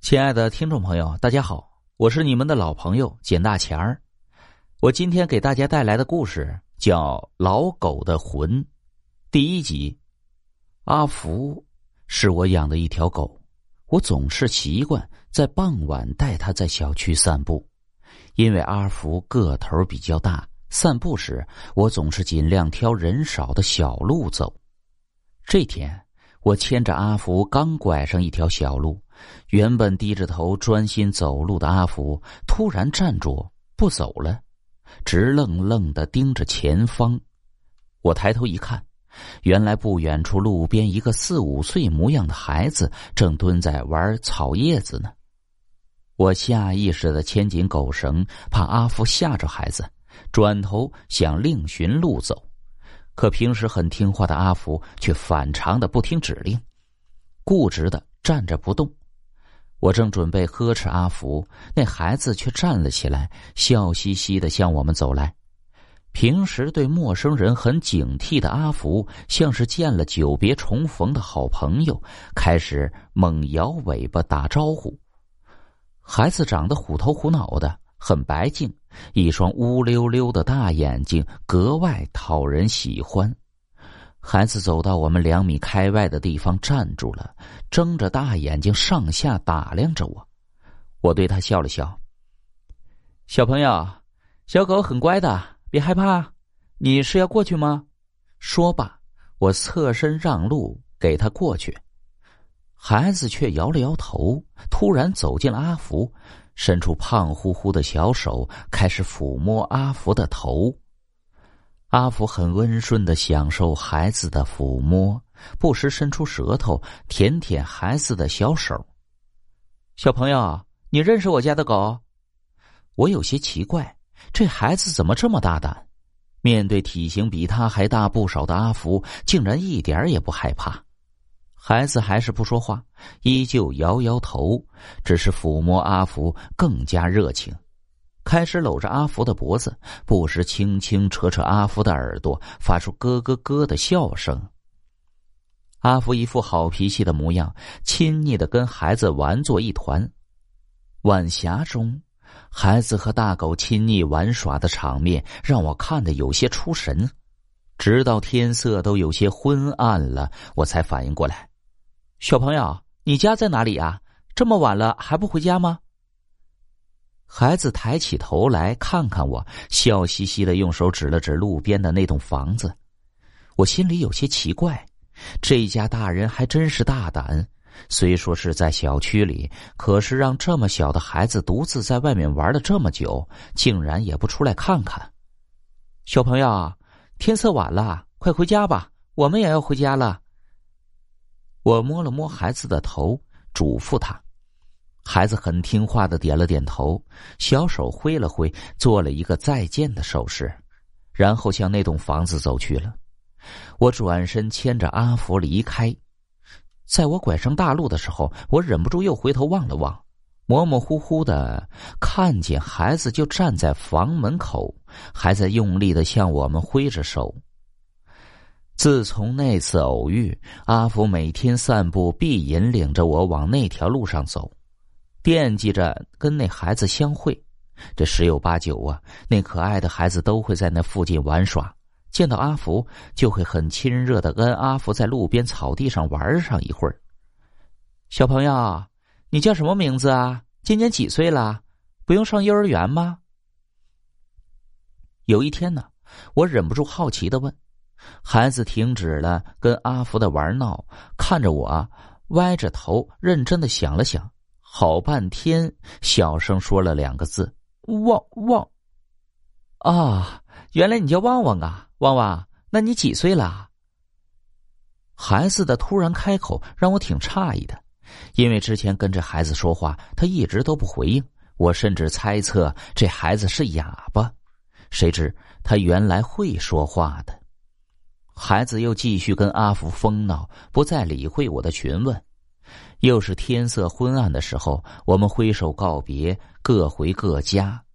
亲爱的听众朋友，大家好，我是你们的老朋友简大钱儿。我今天给大家带来的故事叫《老狗的魂》第1集。阿福是我养的一条狗，我总是习惯在傍晚带它在小区散步。因为阿福个头比较大，散步时我总是尽量挑人少的小路走。这天我牵着阿福刚拐上一条小路，原本低着头专心走路的阿福突然站住不走了，直愣愣地盯着前方。我抬头一看，原来不远处路边一个4、5岁模样的孩子正蹲在玩草叶子呢。我下意识地牵紧狗绳，怕阿福吓着孩子，转头想另寻路走。可平时很听话的阿福却反常的不听指令，固执的站着不动。我正准备呵斥阿福，那孩子却站了起来，笑嘻嘻的向我们走来。平时对陌生人很警惕的阿福，像是见了久别重逢的好朋友，开始猛摇尾巴打招呼。孩子长得虎头虎脑的，很白净，一双乌溜溜的大眼睛格外讨人喜欢。孩子走到我们2米开外的地方站住了，睁着大眼睛上下打量着我。我对他笑了笑：小朋友，小狗很乖的，别害怕，你是要过去吗？说罢，我侧身让路给他过去。孩子却摇了摇头，突然走进了阿福，伸出胖乎乎的小手，开始抚摸阿福的头。阿福很温顺地享受孩子的抚摸，不时伸出舌头舔舔孩子的小手。小朋友，你认识我家的狗？我有些奇怪，这孩子怎么这么大胆？面对体型比他还大不少的阿福，竟然一点也不害怕。孩子还是不说话，依旧摇摇头，只是抚摸阿福更加热情，开始搂着阿福的脖子，不时轻轻扯扯阿福的耳朵，发出咯咯咯的笑声。阿福一副好脾气的模样，亲昵地跟孩子玩作一团。晚霞中，孩子和大狗亲昵玩耍的场面让我看得有些出神，直到天色都有些昏暗了，我才反应过来。小朋友，你家在哪里啊？这么晚了还不回家吗？孩子抬起头来看看我，笑嘻嘻的用手指了指路边的那栋房子。我心里有些奇怪，这家大人还真是大胆，虽说是在小区里，可是让这么小的孩子独自在外面玩了这么久，竟然也不出来看看。小朋友，天色晚了，快回家吧，我们也要回家了。我摸了摸孩子的头，嘱咐他。孩子很听话的点了点头，小手挥了挥，做了一个再见的手势，然后向那栋房子走去了。我转身牵着阿福离开。在我拐上大路的时候，我忍不住又回头望了望，模模糊糊的看见孩子就站在房门口，还在用力的向我们挥着手。自从那次偶遇，阿福每天散步必引领着我往那条路上走，惦记着跟那孩子相会。这10有8九啊，那可爱的孩子都会在那附近玩耍，见到阿福就会很亲热的跟阿福在路边草地上玩上一会儿。小朋友，你叫什么名字啊？今年几岁了？不用上幼儿园吗？有一天呢，我忍不住好奇地问。孩子停止了跟阿福的玩闹，看着我，歪着头认真地想了想，好半天小声说了2个字：旺旺。啊，原来你叫旺旺啊，旺旺，那你几岁了？孩子的突然开口让我挺诧异的，因为之前跟这孩子说话他一直都不回应，我甚至猜测这孩子是哑巴，谁知他原来会说话的。孩子又继续跟阿福疯闹，不再理会我的询问。又是天色昏暗的时候，我们挥手告别，各回各家。